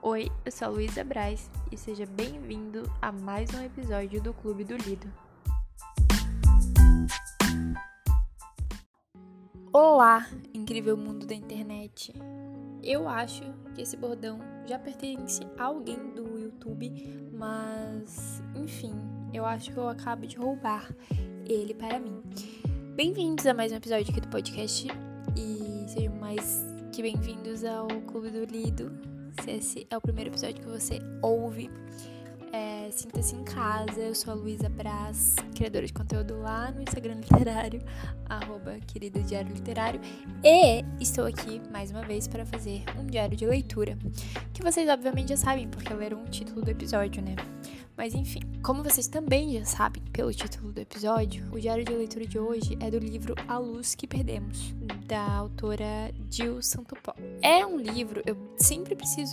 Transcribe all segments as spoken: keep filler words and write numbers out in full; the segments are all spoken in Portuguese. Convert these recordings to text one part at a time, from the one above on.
Oi, eu sou a Luísa Braz e seja bem-vindo a mais um episódio do Clube do Lido. Olá, incrível mundo da internet! Eu acho que esse bordão já pertence a alguém do YouTube, mas, enfim, eu acho que eu acabo de roubar ele para mim. Bem-vindos a mais um episódio aqui do podcast e sejam mais que bem-vindos ao Clube do Lido. Se esse é o primeiro episódio que você ouve, é, sinta-se em casa. Eu sou a Luísa Braz, criadora de conteúdo lá no Instagram literário, arroba querido diário literário, e estou aqui mais uma vez para fazer um diário de leitura, que vocês obviamente já sabem, porque leram o título do episódio, né? Mas enfim, como vocês também já sabem pelo título do episódio, o diário de leitura de hoje é do livro A Luz que Perdemos, da autora Jill Santopó. É um livro, eu sempre preciso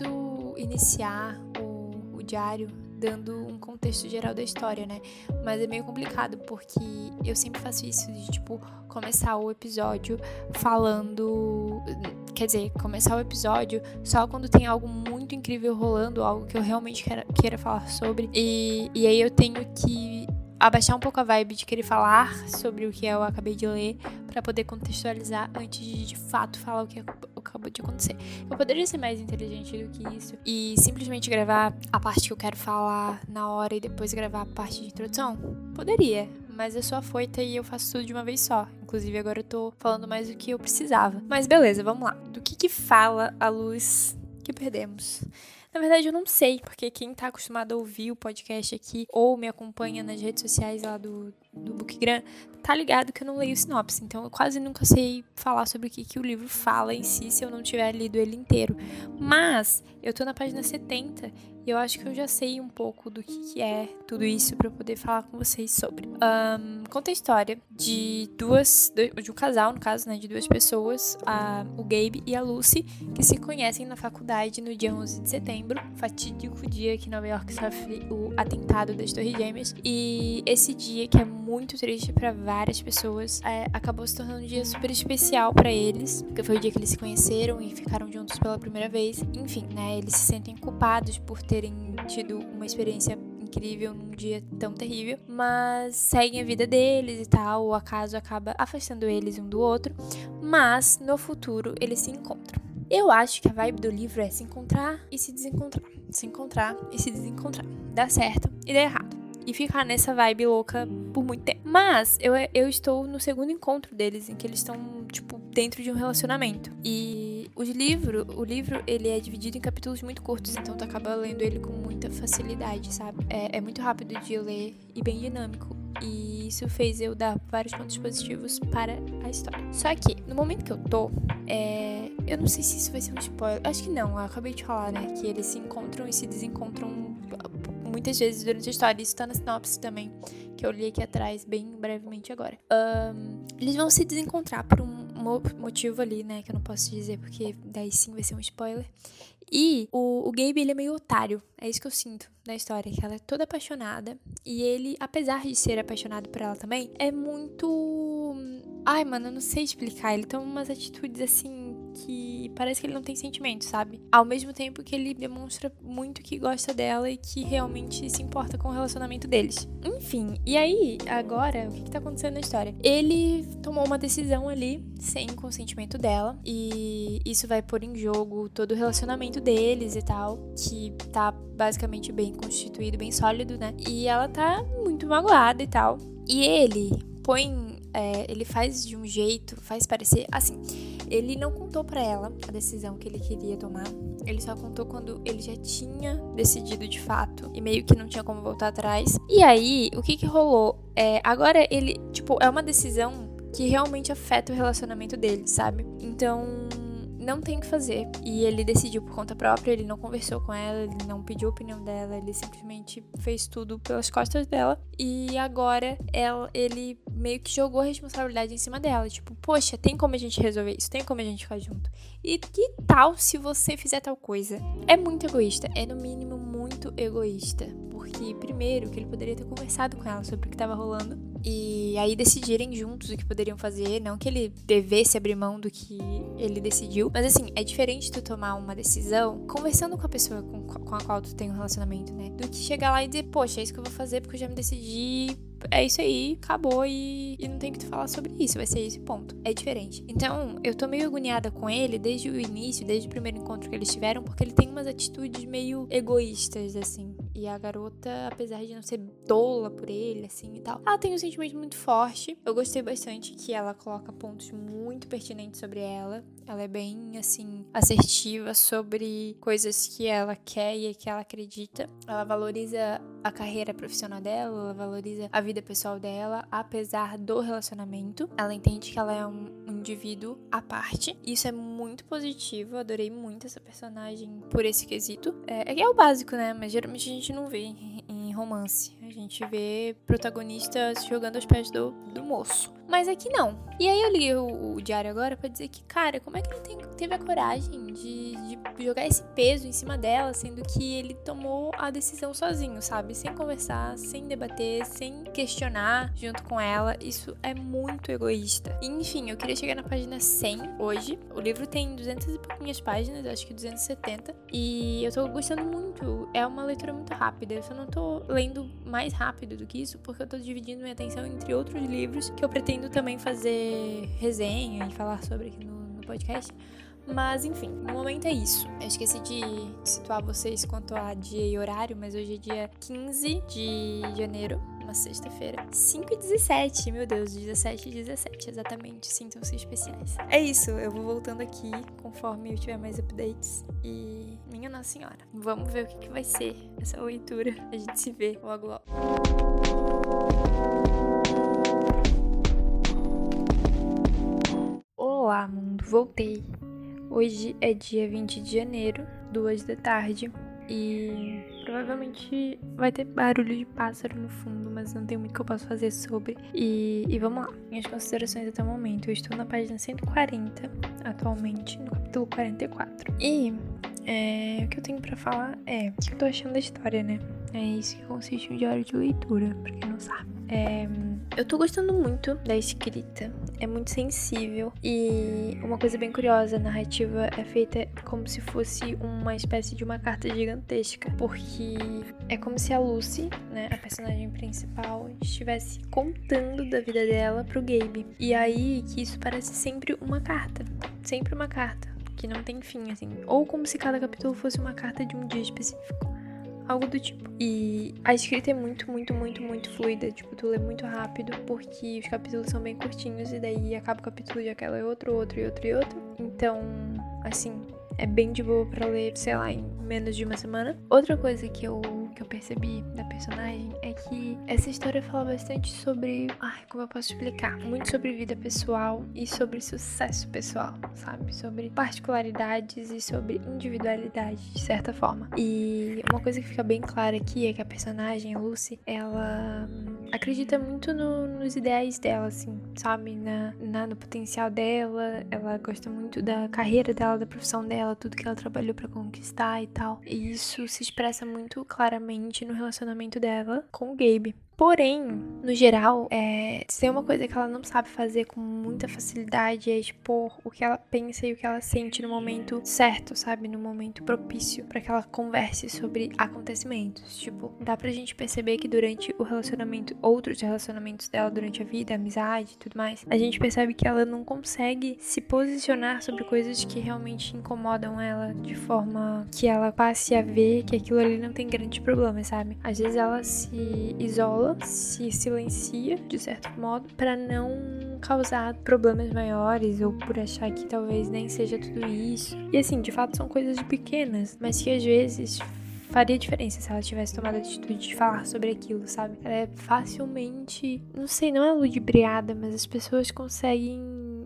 iniciar o, o diário dando um contexto geral da história, né? Mas é meio complicado, porque eu sempre faço isso de, tipo, começar o episódio falando... Quer dizer, começar o episódio só quando tem algo muito incrível rolando, algo que eu realmente queira, queira falar sobre. E, e aí eu tenho que abaixar um pouco a vibe de querer falar sobre o que eu acabei de ler pra poder contextualizar antes de, de fato, falar o que acabou de acontecer. Eu poderia ser mais inteligente do que isso e simplesmente gravar a parte que eu quero falar na hora e depois gravar a parte de introdução? Poderia, mas eu sou afoita e eu faço tudo de uma vez só. Inclusive, agora eu tô falando mais do que eu precisava. Mas beleza, vamos lá. Do que que fala A Luz que Perdemos? Na verdade, eu não sei, porque quem tá acostumado a ouvir o podcast aqui ou me acompanha nas redes sociais lá do, do Bookgram, tá ligado que eu não leio sinopse. Então, eu quase nunca sei falar sobre o que, que o livro fala em si, se eu não tiver lido ele inteiro. Mas, eu tô na página setenta e eu acho que eu já sei um pouco do que, que é tudo isso pra eu poder falar com vocês sobre. Um, conta a história de duas, de um casal, no caso, né, de duas pessoas, a, o Gabe e a Lucy, que se conhecem na faculdade no dia onze de setembro, fatídico dia que Nova York sofre o atentado das Torres Gêmeas. E esse dia, que é muito triste pra várias pessoas, é, acabou se tornando um dia super especial pra eles, porque foi o dia que eles se conheceram e ficaram juntos pela primeira vez. Enfim, né, eles se sentem culpados por terem tido uma experiência incrível num dia tão terrível, mas seguem a vida deles e tal, o acaso acaba afastando eles um do outro, mas no futuro eles se encontram. Eu acho que a vibe do livro é se encontrar e se desencontrar, se encontrar e se desencontrar, dar certo e dar errado, e ficar nessa vibe louca por muito tempo. Mas eu, eu estou no segundo encontro deles, em que eles estão, tipo, dentro de um relacionamento. E os livro, o livro, ele é dividido em capítulos muito curtos, então tu acaba lendo ele com muita facilidade, sabe? É, é muito rápido de ler e bem dinâmico. E isso fez eu dar vários pontos positivos para a história. Só que, no momento que eu tô, é... eu não sei se isso vai ser um spoiler. Acho que não, eu acabei de falar, né? Que eles se encontram e se desencontram muitas vezes durante a história. Isso tá na sinopse também, que eu li aqui atrás, bem brevemente agora. Um, eles vão se desencontrar por um motivo ali, né? Que eu não posso dizer, porque daí sim vai ser um spoiler. E o, o Gabe, ele é meio otário. É isso que eu sinto na história, que ela é toda apaixonada. E ele, apesar de ser apaixonado por ela também, é muito... Ai, mano, eu não sei explicar. Ele toma umas atitudes, assim, que parece que ele não tem sentimento, sabe? Ao mesmo tempo que ele demonstra muito que gosta dela e que realmente se importa com o relacionamento deles. Enfim, e aí, agora, o que que tá acontecendo na história? Ele tomou uma decisão ali, sem consentimento dela, e isso vai pôr em jogo todo o relacionamento deles e tal, que tá basicamente bem constituído, bem sólido, né? E ela tá muito magoada e tal. E ele põe... É, ele faz de um jeito, faz parecer assim. Ele não contou pra ela a decisão que ele queria tomar. Ele só contou quando ele já tinha decidido de fato e meio que não tinha como voltar atrás. E aí, o que que rolou? É, agora ele, tipo, é uma decisão que realmente afeta o relacionamento dele, sabe? Então... não tem o que fazer. E ele decidiu por conta própria, ele não conversou com ela, ele não pediu a opinião dela, ele simplesmente fez tudo pelas costas dela. E agora ela, ele meio que jogou a responsabilidade em cima dela. Tipo, poxa, tem como a gente resolver isso? Tem como a gente ficar junto? E que tal se você fizer tal coisa? É muito egoísta, é no mínimo muito egoísta. porque, primeiro, que ele poderia ter conversado com ela sobre o que tava rolando e aí decidirem juntos o que poderiam fazer, não que ele devesse abrir mão do que ele decidiu, mas assim, é diferente tu tomar uma decisão conversando com a pessoa com, com a qual tu tem um relacionamento, né, do que chegar lá e dizer, poxa, é isso que eu vou fazer porque eu já me decidi, é isso aí, acabou e, e não tem que tu falar sobre isso, vai ser isso, ponto. É diferente. Então, eu tô meio agoniada com ele desde o início, desde o primeiro encontro que eles tiveram, porque ele tem umas atitudes meio egoístas, assim. E a garota, apesar de não ser tola por ele, assim, e tal, ela tem um sentimento muito forte. Eu gostei bastante que ela coloca pontos muito pertinentes sobre ela. Ela é bem, assim, assertiva sobre coisas que ela quer e que ela acredita. Ela valoriza a carreira profissional dela, ela valoriza a vida pessoal dela, apesar do relacionamento. Ela entende que ela é um indivíduo à parte. Isso é muito positivo, eu adorei muito essa personagem por esse quesito. É, é o básico, né? Mas geralmente a gente não vê em, em romance. A gente vê protagonista se jogando aos pés do, do moço. Mas aqui não. E aí eu liguei o, o diário agora pra dizer que, cara, como é que ele tem, teve a coragem de, de jogar esse peso em cima dela, sendo que ele tomou a decisão sozinho, sabe? Sem conversar, sem debater, sem questionar junto com ela. Isso é muito egoísta. E, enfim, eu queria chegar na página cem hoje. O livro tem duzentas e pouquinhas páginas, acho que duzentas e setenta. E eu tô gostando muito. É uma leitura muito rápida. Eu só não tô lendo mais rápido do que isso, porque eu tô dividindo minha atenção entre outros livros que eu pretendo também fazer resenha e falar sobre aqui no, no podcast. Mas, enfim, no momento é isso. Eu esqueci de situar vocês quanto a dia e horário, mas hoje é dia quinze de janeiro, uma sexta-feira. cinco e dezessete, meu Deus, dezessete e dezessete, exatamente. Sintam-se especiais. É isso, eu vou voltando aqui conforme eu tiver mais updates. E, minha Nossa Senhora, vamos ver o que, que vai ser essa leitura. A gente se vê logo logo. Olá, mundo, voltei. Hoje é dia vinte de janeiro, duas da tarde, e provavelmente vai ter barulho de pássaro no fundo, mas não tem muito que eu possa fazer sobre. E, e vamos lá, minhas considerações até o momento. Eu estou na página cento e quarenta, atualmente, no capítulo quarenta e quatro. E é, o que eu tenho pra falar é o que eu tô achando da história, né? É isso que consiste um diário de leitura, pra quem não sabe. É, eu tô gostando muito da escrita, é muito sensível e uma coisa bem curiosa, a narrativa é feita como se fosse uma espécie de uma carta gigantesca, porque é como se a Lucy, né, a personagem principal, estivesse contando da vida dela pro Gabe. E aí que isso parece sempre uma carta, sempre uma carta, que não tem fim, assim, ou como se cada capítulo fosse uma carta de um dia específico. Algo do tipo. E a escrita é muito, muito, muito, muito fluida. Tipo, tu lê muito rápido, porque os capítulos são bem curtinhos. E daí acaba o capítulo e aquela é outro, outro e outro e outro. Então, assim, é bem de boa pra ler, sei lá, em menos de uma semana. Outra coisa que eu, que eu percebi da personagem é que essa história fala bastante sobre... Ai, como eu posso explicar? Muito sobre vida pessoal e sobre sucesso pessoal, sabe? Sobre particularidades e sobre individualidade, de certa forma. E uma coisa que fica bem clara aqui é que a personagem, a Lucy, ela acredita muito no, nos ideais dela, assim, sabe? Na, na, no potencial dela. Ela gosta muito da carreira dela, da profissão dela, tudo que ela trabalhou pra conquistar e tal. E isso se expressa muito claramente no relacionamento dela com o Gabe. Porém, no geral, é, se tem uma coisa que ela não sabe fazer com muita facilidade é expor o que ela pensa e o que ela sente no momento certo, sabe? No momento propício pra que ela converse sobre acontecimentos. Tipo, dá pra gente perceber que durante o relacionamento, outros relacionamentos dela durante a vida, a amizade e tudo mais, a gente percebe que ela não consegue se posicionar sobre coisas que realmente incomodam ela de forma que ela passe a ver que aquilo ali não tem grandes problemas, sabe? Às vezes ela se isola, se silencia, de certo modo, pra não causar problemas maiores ou por achar que talvez nem seja tudo isso. E assim, de fato são coisas pequenas, mas que às vezes faria diferença se ela tivesse tomado a atitude de falar sobre aquilo, sabe? Ela é facilmente, não sei, não é ludibriada, mas as pessoas conseguem é,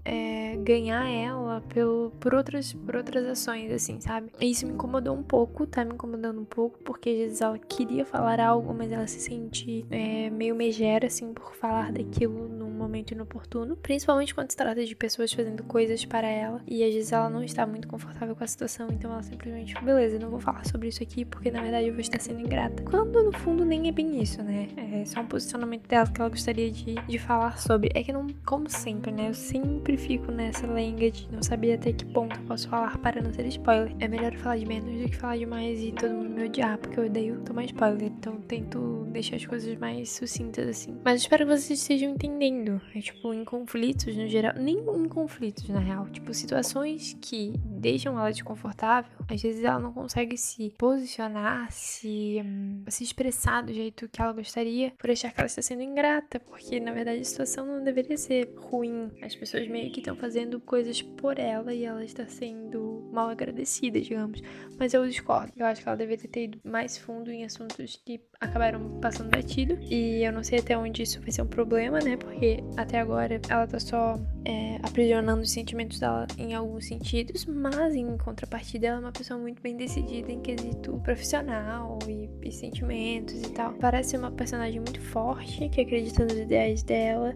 é, ganhar ela pelo, por, outras, por outras ações, assim, sabe? E isso me incomodou um pouco, tá me incomodando um pouco, porque às vezes ela queria falar algo, mas ela se sente é, meio megera, assim, por falar daquilo num momento inoportuno. Principalmente quando se trata de pessoas fazendo coisas para ela, e às vezes ela não está muito confortável com a situação, então ela simplesmente, beleza, não vou falar sobre isso aqui, porque na verdade eu vou estar sendo ingrata. Quando no fundo nem é bem isso, né? É só um posicionamento dela que ela gostaria de, de falar sobre. É que não, como sempre, né? Eu sempre fico nessa lenga de não saber até que ponto eu posso falar para não ter spoiler. É melhor falar de menos do que falar demais e todo mundo me odiar, porque eu odeio tomar spoiler. Então eu tento deixar as coisas mais sucintas, assim. Mas eu espero que vocês estejam entendendo. É tipo, em conflitos no geral, nem em conflitos na real, tipo, situações que deixam ela desconfortável, às vezes ela não consegue se posicionar, se, hum, se expressar do jeito que ela gostaria, por achar que ela está sendo ingrata, porque na verdade a situação não deveria ser ruim. As pessoas meio que estão fazendo coisas por ela e ela está sendo mal agradecida, digamos. Mas eu discordo. Eu acho que ela deveria ter ido mais fundo em assuntos que acabaram passando batido. E eu não sei até onde isso vai ser um problema, né? Porque até agora ela tá só é, aprisionando os sentimentos dela em alguns sentidos, mas em contrapartida ela é uma pessoa muito bem decidida em quesito profissional e, e sentimentos e tal. Parece uma personagem muito forte, que acredita nos ideais dela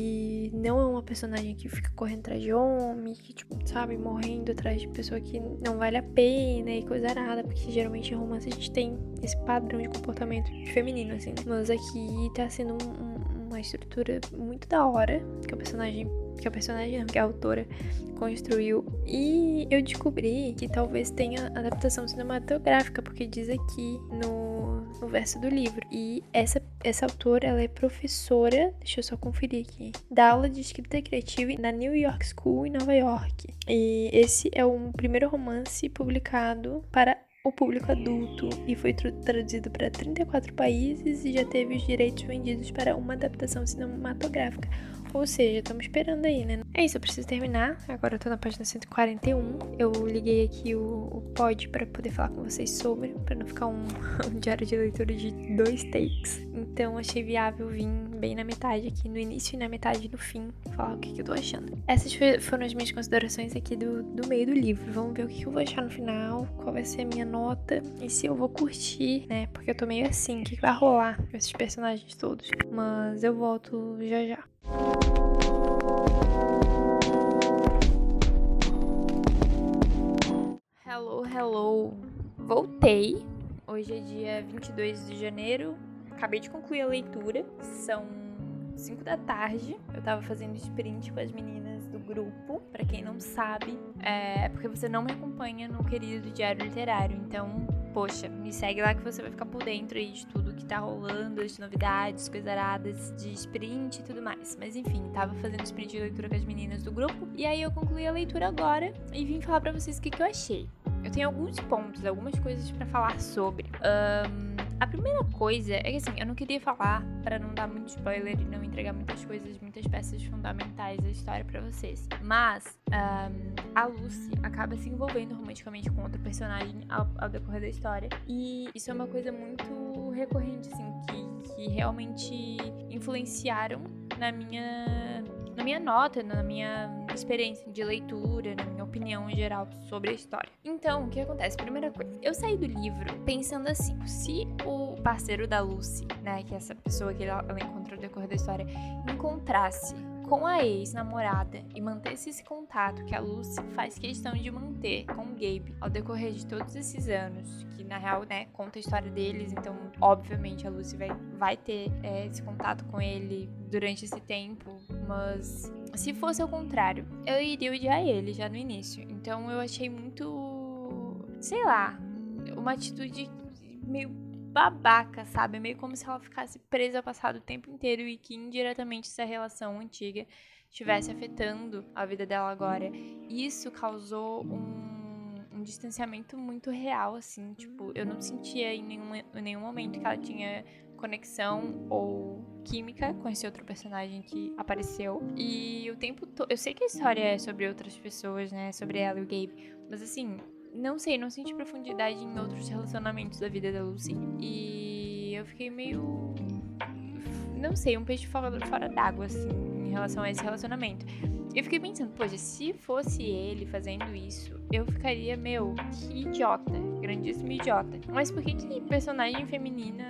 e não é uma personagem que fica correndo atrás de homem, que, tipo, sabe, morrendo atrás de pessoa que não vale a pena e coisa arada, porque geralmente em romance a gente tem esse padrão de comportamento feminino, assim. Mas aqui tá sendo um, um, uma estrutura muito da hora que a personagem que a personagem, não, que a autora construiu. E eu descobri que talvez tenha adaptação cinematográfica, porque diz aqui no, no verso do livro. E essa, essa autora, ela é professora, deixa eu só conferir aqui, da aula de escrita criativa na New York School, em Nova York. E esse é o primeiro romance publicado para o público adulto e foi traduzido para trinta e quatro países e já teve os direitos vendidos para uma adaptação cinematográfica. Ou seja, estamos esperando aí, né? É isso, eu preciso terminar. Agora eu tô na página cento e quarenta e um. Eu liguei aqui o, o pod pra poder falar com vocês sobre, pra não ficar um, um diário de leitura de dois takes. Então achei viável vir bem na metade aqui, no início e na metade no fim, falar o que, que eu tô achando. Essas foram as minhas considerações aqui do, do meio do livro. Vamos ver o que, que eu vou achar no final, qual vai ser a minha nota e se eu vou curtir, né? Porque eu tô meio assim, o que, que vai rolar com esses personagens todos. Mas eu volto já já. Hello, hello. Voltei. Hoje é dia vinte e dois de janeiro. Acabei de concluir a leitura. São cinco da tarde. Eu tava fazendo sprint com as meninas do grupo. Pra quem não sabe, é porque você não me acompanha no querido Diário Literário. Então, poxa, me segue lá que você vai ficar por dentro aí de tudo que tá rolando, as novidades, coisas aradas de sprint e tudo mais. Mas enfim, tava fazendo sprint de leitura com as meninas do grupo. E aí eu concluí a leitura agora e vim falar pra vocês o que, que eu achei. Eu tenho alguns pontos, algumas coisas pra falar sobre. Um, a primeira coisa é que, assim, eu não queria falar pra não dar muito spoiler e não entregar muitas coisas, muitas peças fundamentais da história pra vocês. Mas um, a Lucy acaba se envolvendo romanticamente com outro personagem ao, ao decorrer da história. E isso é uma coisa muito recorrente, assim, que, que realmente influenciaram na minha... na minha nota, na minha experiência de leitura, na minha opinião em geral sobre a história. Então, o que acontece? Primeira coisa, eu saí do livro pensando assim, se o parceiro da Lucy, né, que é essa pessoa que ela, ela encontrou no decorrer da história, encontrasse com a ex-namorada e mantesse esse contato que a Lucy faz questão de manter com o Gabe ao decorrer de todos esses anos, que na real, né, conta a história deles, então obviamente a Lucy vai, vai ter é, esse contato com ele durante esse tempo, mas se fosse ao contrário, eu iria odiar ele já no início. Então eu achei muito, sei lá, uma atitude meio babaca, sabe? Meio como se ela ficasse presa ao passado o tempo inteiro e que indiretamente essa relação antiga estivesse afetando a vida dela agora. Isso causou um, um distanciamento muito real, assim, tipo, eu não sentia em nenhum, em nenhum momento que ela tinha conexão ou química com esse outro personagem que apareceu. E o tempo todo, eu sei que a história é sobre outras pessoas, né, sobre ela e o Gabe, mas assim, não sei, não senti profundidade em outros relacionamentos da vida da Lucy. E eu fiquei meio, não sei, um peixe fora, fora d'água, assim, em relação a esse relacionamento. Eu fiquei pensando, poxa, se fosse ele fazendo isso, eu ficaria, meu, que idiota, grandíssimo idiota. Mas por que que personagem feminina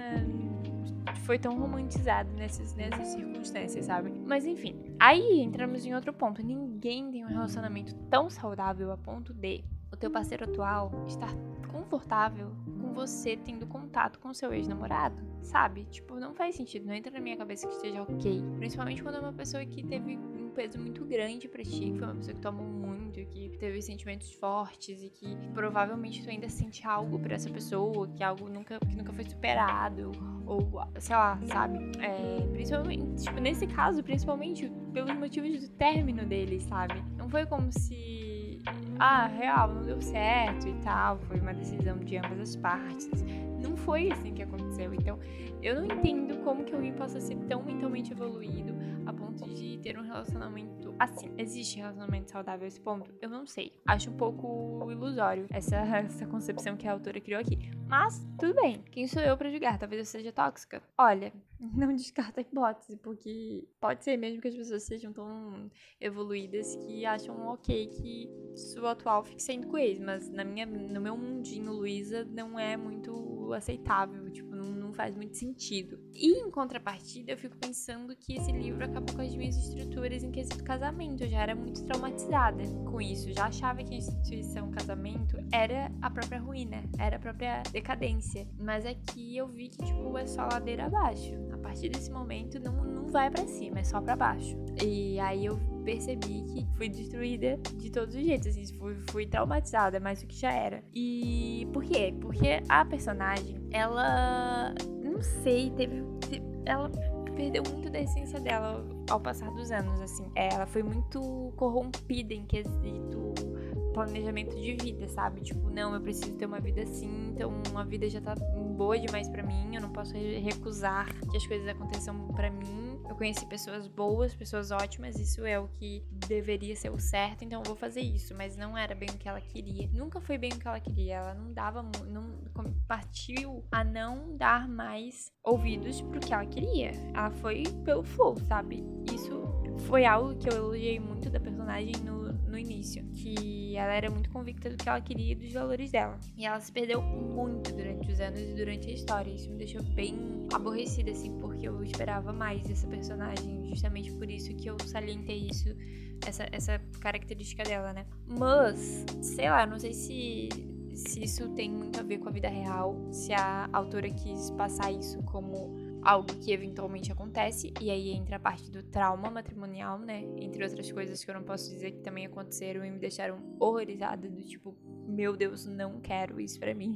foi tão romantizado nessas, nessas circunstâncias, sabe? Mas enfim, aí entramos em outro ponto. Ninguém tem um relacionamento tão saudável a ponto de o teu parceiro atual estar confortável com você tendo contato com seu ex-namorado, sabe? Tipo, não faz sentido, não entra na minha cabeça que esteja ok. Principalmente quando é uma pessoa que teve um peso muito grande pra ti, que foi uma pessoa que tu amou muito, que teve sentimentos fortes e que provavelmente tu ainda sente algo por essa pessoa, que algo nunca, que nunca foi superado, ou sei lá, sabe? É, principalmente, tipo, nesse caso, principalmente pelos motivos do término dele, sabe? Não foi como se, ah, real, não deu certo e tal, foi uma decisão de ambas as partes. Não foi assim que aconteceu. Então, eu não entendo como que alguém possa ser tão mentalmente evoluído a ponto de ter um relacionamento assim. Existe relacionamento saudável a esse ponto? Eu não sei. Acho um pouco ilusório essa, essa concepção que a autora criou aqui. Mas, tudo bem. Quem sou eu pra julgar? Talvez eu seja tóxica? Olha, não descarta a hipótese, porque pode ser mesmo que as pessoas sejam tão evoluídas que acham ok que sua atual fique saindo com ex, mas na minha, no meu mundinho, Luísa, não é muito aceitável, tipo, não, não faz muito sentido. E em contrapartida, eu fico pensando que esse livro acabou com as minhas estruturas em quesito casamento. Eu já era muito traumatizada com isso, já achava que a instituição casamento era a própria ruína, era a própria decadência, mas aqui eu vi que, tipo, é só ladeira abaixo. A partir desse momento não, não vai pra cima, é só pra baixo. E aí eu percebi que fui destruída de todos os jeitos, assim, fui, fui traumatizada, mais do que já era. E por quê? Porque a personagem, ela, não sei, teve, ela perdeu muito da essência dela ao passar dos anos, assim. Ela foi muito corrompida em quesito planejamento de vida, sabe? Tipo, não, eu preciso ter uma vida assim, então a vida já tá boa demais pra mim, eu não posso recusar que as coisas aconteçam pra mim. Eu conheci pessoas boas, pessoas ótimas, isso é o que deveria ser o certo, então eu vou fazer isso, mas não era bem o que ela queria. Nunca foi bem o que ela queria, ela não dava, não partiu a não dar mais ouvidos pro que ela queria. Ela foi pelo flow, sabe? Isso foi algo que eu elogiei muito da personagem no no início, que ela era muito convicta do que ela queria e dos valores dela. E ela se perdeu muito durante os anos e durante a história. Isso me deixou bem aborrecida, assim, porque eu esperava mais dessa personagem, justamente por isso que eu salientei isso, essa, essa característica dela, né? Mas, sei lá, não sei se, se isso tem muito a ver com a vida real, se a autora quis passar isso como algo que eventualmente acontece, e aí entra a parte do trauma matrimonial, né? Entre outras coisas que eu não posso dizer que também aconteceram e me deixaram horrorizada, do tipo, meu Deus, não quero isso pra mim.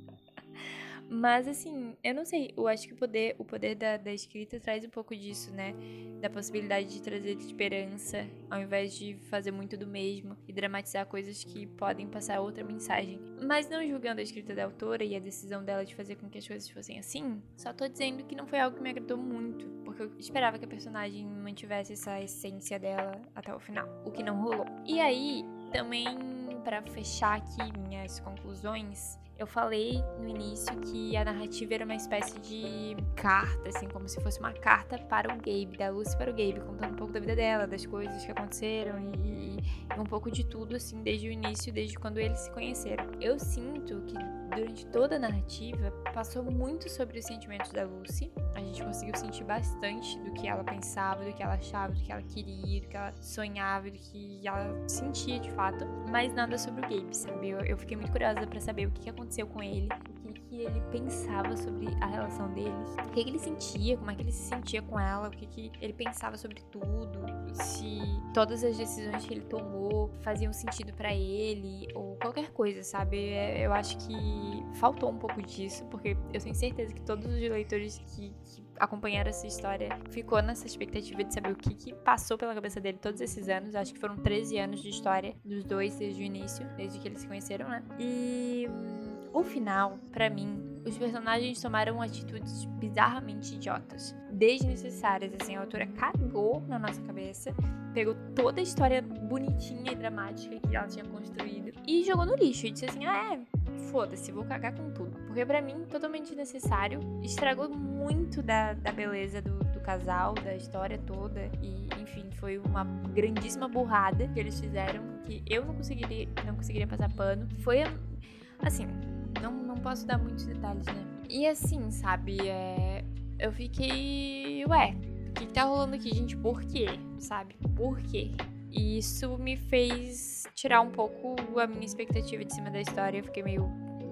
Mas, assim, eu não sei, eu acho que o poder, o poder da, da escrita traz um pouco disso, né? Da possibilidade de trazer esperança, ao invés de fazer muito do mesmo e dramatizar coisas que podem passar outra mensagem. Mas não julgando a escrita da autora e a decisão dela de fazer com que as coisas fossem assim, só tô dizendo que não foi algo que me agradou muito, porque eu esperava que a personagem mantivesse essa essência dela até o final, o que não rolou. E aí, também, pra fechar aqui minhas conclusões, eu falei no início que a narrativa era uma espécie de carta, assim, como se fosse uma carta para o Gabe, da Lucy para o Gabe, contando um pouco da vida dela, das coisas que aconteceram e, e um pouco de tudo, assim, desde o início, desde quando eles se conheceram. Eu sinto que durante toda a narrativa passou muito sobre os sentimentos da Lucy. A gente conseguiu sentir bastante do que ela pensava, do que ela achava, do que ela queria, do que ela sonhava, do que ela sentia de fato, mas nada sobre o Gabe, sabe? Eu, eu fiquei muito curiosa pra saber o que, que aconteceu com ele, o que, que ele pensava sobre a relação deles, o que, que ele sentia, como é que ele se sentia com ela, o que, que ele pensava sobre tudo, se todas as decisões que ele tomou faziam sentido pra ele, ou qualquer coisa, sabe? Eu acho que faltou um pouco disso, porque eu tenho certeza que todos os leitores que, que acompanharam essa história ficou nessa expectativa de saber o que, que passou pela cabeça dele todos esses anos. Acho que foram treze anos de história dos dois desde o início, desde que eles se conheceram, né? E hum, o final, pra mim, os personagens tomaram atitudes bizarramente idiotas, desnecessárias, assim, a autora cagou na nossa cabeça, pegou toda a história bonitinha e dramática que ela tinha construído e jogou no lixo e disse assim, ah, é, foda-se, vou cagar com tudo. Porque pra mim, totalmente desnecessário, estragou muito da, da beleza do, do casal, da história toda. E, enfim, foi uma grandíssima burrada que eles fizeram, que eu não conseguiria, não conseguiria passar pano. Foi, assim, não, não posso dar muitos detalhes, né? E assim, sabe, é, eu fiquei, ué, o que, que tá rolando aqui, gente? Por quê? Sabe? Por quê? E isso me fez tirar um pouco a minha expectativa de cima da história. Eu fiquei meio,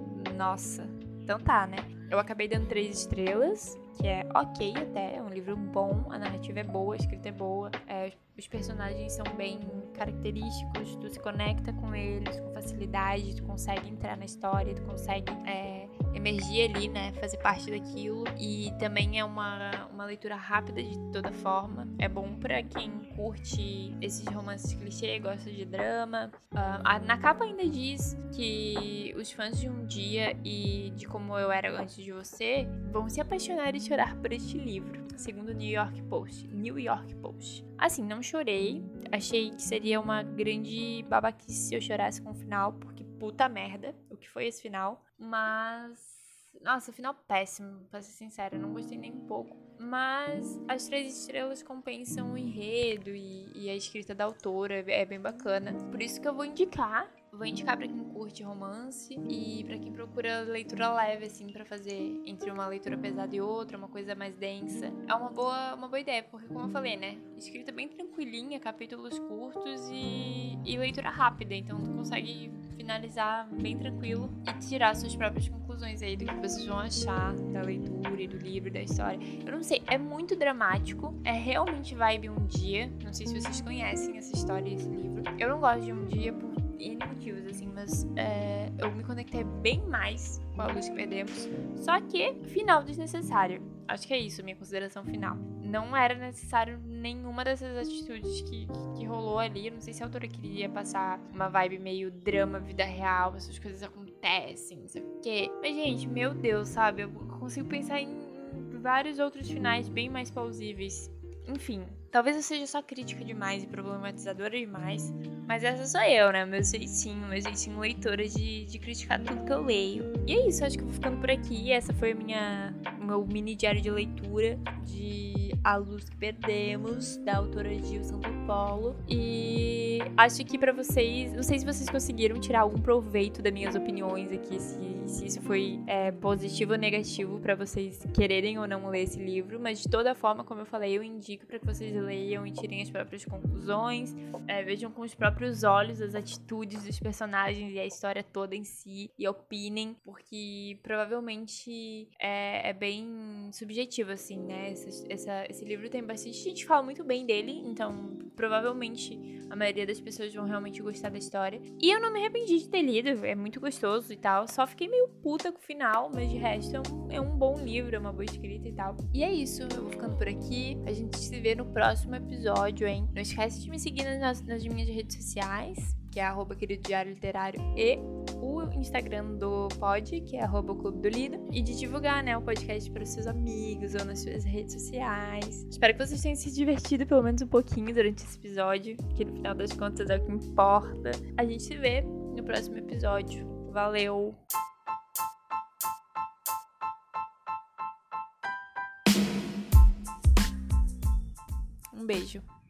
nossa, então tá, né? Eu acabei dando três estrelas, que é ok até, é um livro bom, a narrativa é boa, a escrita é boa, é, os personagens são bem característicos, tu se conecta com eles com facilidade, tu consegue entrar na história, tu consegue é, emergir ali, né, fazer parte daquilo. E também é uma, uma leitura rápida de toda forma, é bom pra quem curte esses romances clichê, gosta de drama. Uh, na capa ainda diz que os fãs de Um Dia e de Como Eu Era Antes de Você vão se apaixonar e chorar por este livro, segundo o New York Post. New York Post. Assim, não chorei, achei que seria uma grande babaquice se eu chorasse com o final, porque puta merda, o que foi esse final. Mas, nossa, final péssimo, pra ser sincera, não gostei nem um pouco. Mas as três estrelas compensam o enredo e, e a escrita da autora, é bem bacana. Por isso que eu vou indicar. Vou indicar pra quem curte romance e pra quem procura leitura leve, assim, pra fazer entre uma leitura pesada e outra, uma coisa mais densa. É uma boa, uma boa ideia, porque como eu falei, né? Escrita bem tranquilinha, capítulos curtos e, e leitura rápida. Então tu consegue finalizar bem tranquilo e tirar suas próprias conclusões aí do que vocês vão achar da leitura e do livro, da história. Eu não sei, é muito dramático, é realmente vibe Um Dia. Não sei se vocês conhecem essa história e esse livro. Eu não gosto de Um Dia por N motivos, assim, mas é, eu me conectei bem mais com A Luz que Perdemos. Só que, final desnecessário. Acho que é isso, minha consideração final. Não era necessário nenhuma dessas atitudes que, que, que rolou ali. Eu não sei se a autora queria passar uma vibe meio drama, vida real, essas coisas acontecem, não sei o quê. Mas, gente, meu Deus, sabe? Eu consigo pensar em vários outros finais bem mais plausíveis. Enfim, talvez eu seja só crítica demais e problematizadora demais, mas essa sou eu, né? Meu jeitinho, meu jeitinho leitora de, de criticar tudo que eu leio. E é isso, acho que eu vou ficando por aqui. Essa foi a minha, o meu mini diário de leitura de A Luz que Perdemos, da autora Gil Santopolo. E acho que pra vocês, não sei se vocês conseguiram tirar algum proveito das minhas opiniões aqui, se, se isso foi é, positivo ou negativo pra vocês quererem ou não ler esse livro, mas de toda forma, como eu falei, eu indico para que vocês leiam e tirem as próprias conclusões, é, vejam com os próprios olhos as atitudes dos personagens e a história toda em si e opinem, porque provavelmente é, é bem subjetivo, assim, né? Essa, essa, esse livro tem bastante gente que fala muito bem dele, então provavelmente a maioria das pessoas vão realmente gostar da história. E eu não me arrependi de ter lido, é muito gostoso e tal, só fiquei meio puta com o final, mas de resto é um, é um bom livro, é uma boa escrita e tal. E é isso, eu vou ficando por aqui, a gente se vê no próximo episódio, hein? Não esquece de me seguir nas, nas minhas redes sociais, que é arroba querido diário literário, e o Instagram do pod, que é arroba clube do lido, e de divulgar, né, o podcast para os seus amigos ou nas suas redes sociais. Espero que vocês tenham se divertido pelo menos um pouquinho durante esse episódio, que no final das contas é o que importa. A gente se vê no próximo episódio. Valeu! Um beijo.